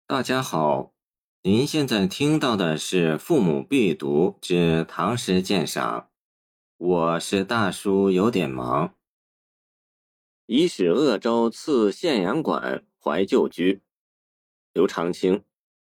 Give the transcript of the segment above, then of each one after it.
大家好，您现在听到的是《父母必读之唐诗鉴赏》，我是大叔，有点忙。以使鄂州刺县阳馆怀旧居，刘长卿。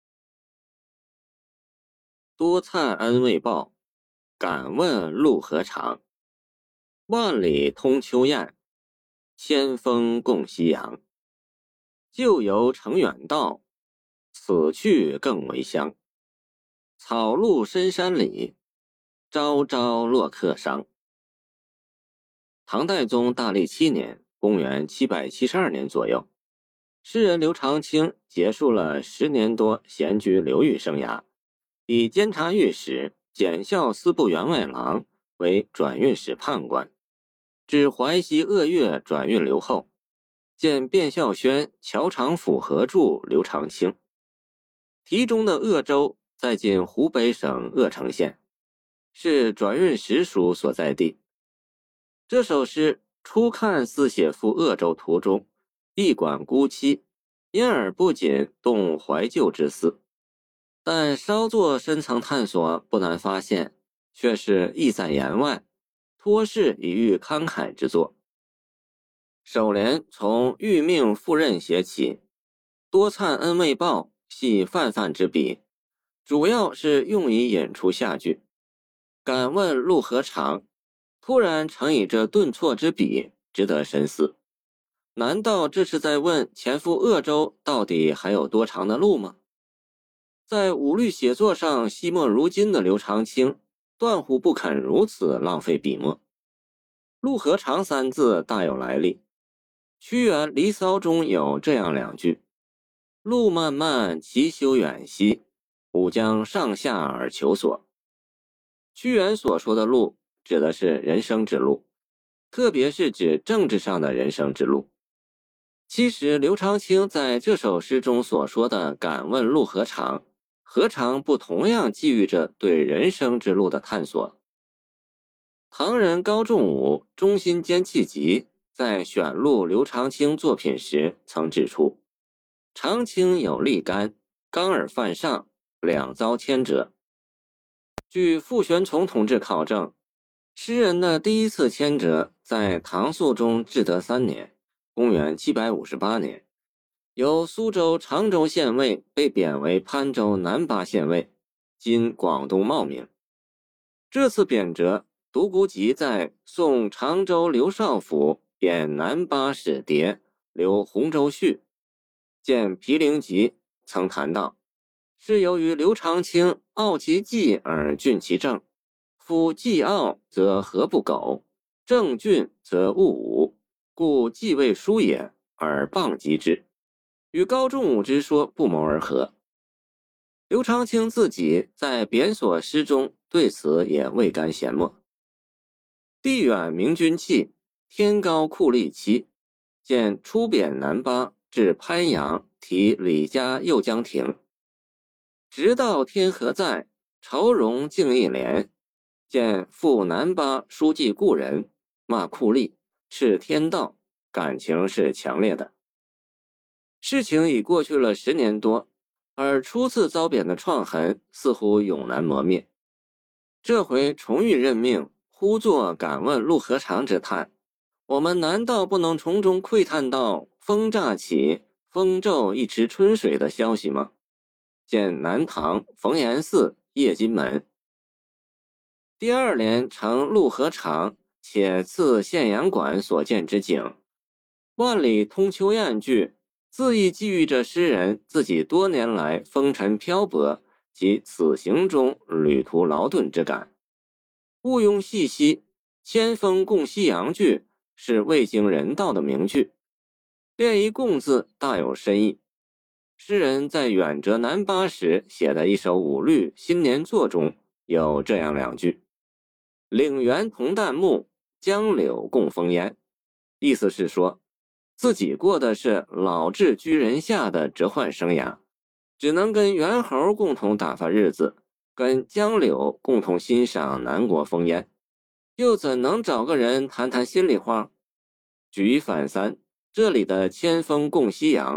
多灿恩未报，敢问路何长？万里通秋雁，千峰共夕阳。旧游成远道，此去更为乡。草路深山里，朝朝落客伤。唐代宗大历7年，公元772年左右，诗人刘长卿结束了10年多闲居流寓生涯，以监察御史、检校司部员外郎为转运使判官，至淮西鄂岳转运留后，见卞孝宣乔长府合著刘长卿。题中的鄂州在今湖北省鄂城县，是转运使属所在地。这首诗初看似写赴鄂州途中，一馆孤栖，因而不仅动怀旧之思，但稍作深层探索，不难发现，却是意在言外，托世以喻慷慨之作。首联从欲命赴任写起，多灿恩未报系泛泛之笔，主要是用以引出下句。敢问路何长？突然常以这顿挫之笔，值得深思。难道这是在问前赴鄂州到底还有多长的路吗？在五律写作上惜墨如金的刘长卿，断乎不肯如此浪费笔墨。路何长3字大有来历，屈原《离骚》中有这样2句：路漫漫其修远兮，吾将上下而求索。屈原所说的路，指的是人生之路，特别是指政治上的人生之路。其实刘长卿在这首诗中所说的敢问路何长，何尝不同样寄予着对人生之路的探索。唐人高仲武《中心兼弃集》在选录刘长卿作品时曾指出，长卿有立干，刚而犯上，两遭迁者。据傅玄从同志考证，诗人的第一次迁谪在唐肃宗至德3年，公元758年，由苏州常州县尉被贬为潘州南巴县尉，今广东茂名。这次贬谪，独孤及在宋常州刘少府贬南巴使牒留洪州序见毗陵集曾谈到，是由于刘长卿傲其计而峻其政，夫既傲则何不苟，政峻则勿武，故既未疏也而谤及之，与高仲武之说不谋而合。刘长卿自己在贬所诗中对此也未甘闲默。地远明君器，天高酷吏期，见出贬南巴至潘阳，提李家右江亭。直到天何在，朝荣敬一帘，见赴南巴书记故人，骂酷吏，斥天道，感情是强烈的。事情已过去了10年多，而初次遭贬的创痕似乎永难磨灭。这回重遇任命，忽作敢问路何长之叹，我们难道不能从中窥探到风乍起，风骤一池春水的消息吗？见南唐冯延巳夜金门。第2联承路何长，且次县阳馆所见之景。万里通秋雁句，恣意寄予着诗人自己多年来风尘漂泊及此行中旅途劳顿之感。毋庸细析，千峰共夕阳句是未经人道的名句，连一共字大有深意。诗人在远谪南巴时写的一首五律新年作中有这样2句：岭原同旦暮，江柳共风烟。意思是说，自己过的是老至居人下的谪宦生涯，只能跟猿猴共同打发日子，跟江柳共同欣赏南国风烟，又怎能找个人谈谈心里话？举一反三，这里的千峰共夕阳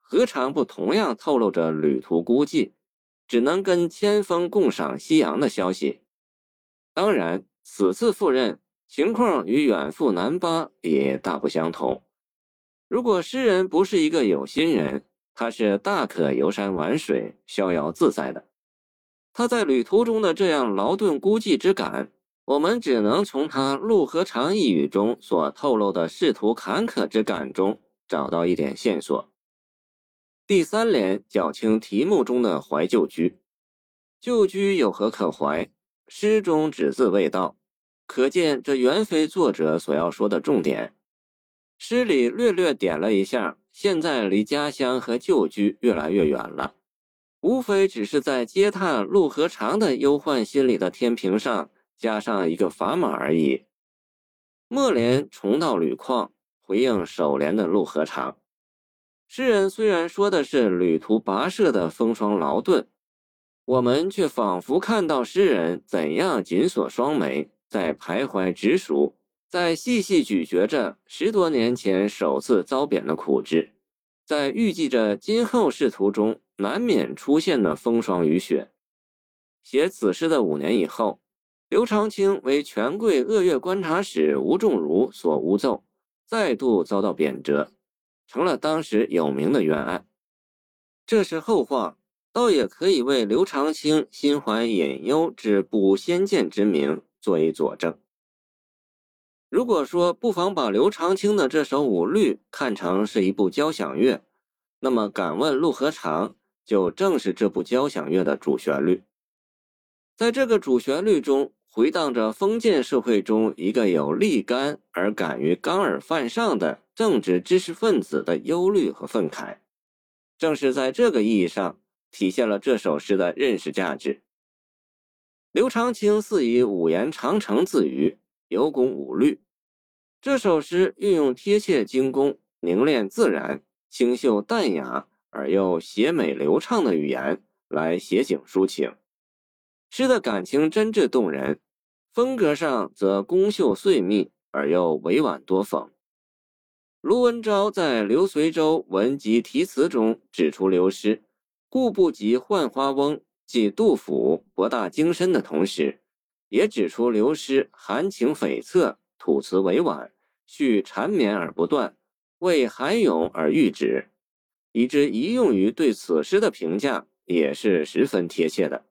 何尝不同样透露着旅途孤寂，只能跟千峰共赏夕阳的消息？当然，此次赴任情况与远赴南巴也大不相同。如果诗人不是一个有心人，他是大可游山玩水，逍遥自在的。他在旅途中的这样劳顿孤寂之感，我们只能从他陆河长一语中所透露的仕途坎坷之感中找到一点线索。第三联较轻题目中的怀旧居，旧居有何可怀？诗中只字未道，可见这原非作者所要说的重点。诗里略略点了一下，现在离家乡和旧居越来越远了，无非只是在嗟叹陆河长的忧患心理的天平上加上一个砝码而已。末联重到旅况，回应首联的陆河长。诗人虽然说的是旅途跋涉的风霜劳顿，我们却仿佛看到诗人怎样紧锁双眉，在徘徊直数，在细细咀嚼着10多年前首次遭贬的苦汁，在预计着今后仕途中难免出现的风霜雨雪。写此诗的5年以后，刘长卿为权贵鄂粤观察使吴仲儒所诬奏，再度遭到贬谪，成了当时有名的冤案。这是后话，倒也可以为刘长卿心怀隐忧之不先见之名作为佐证。如果说不妨把刘长卿的这首五律看成是一部交响乐，那么敢问陆河长就正是这部交响乐的主旋律。在这个主旋律中回荡着封建社会中一个有立竿而敢于刚而犯上的政治知识分子的忧虑和愤慨，正是在这个意义上体现了这首诗的认识价值。刘长卿似以五言长城自娱，有功五律。这首诗运用贴切精工、凝练自然、清秀淡雅而又写美流畅的语言来写景抒情，诗的感情真挚动人，风格上则工秀碎密而又委婉多讽。卢文昭在《刘随州文集题词》中指出刘诗故不及浣花翁即杜甫博大精深的同时，也指出刘诗含情悱恻，吐词委婉，续缠绵而不断，为含咏而喻止，以致一用于对此诗的评价也是十分贴切的。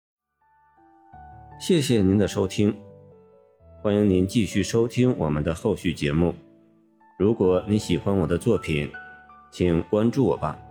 谢谢您的收听，欢迎您继续收听我们的后续节目。如果你喜欢我的作品，请关注我吧。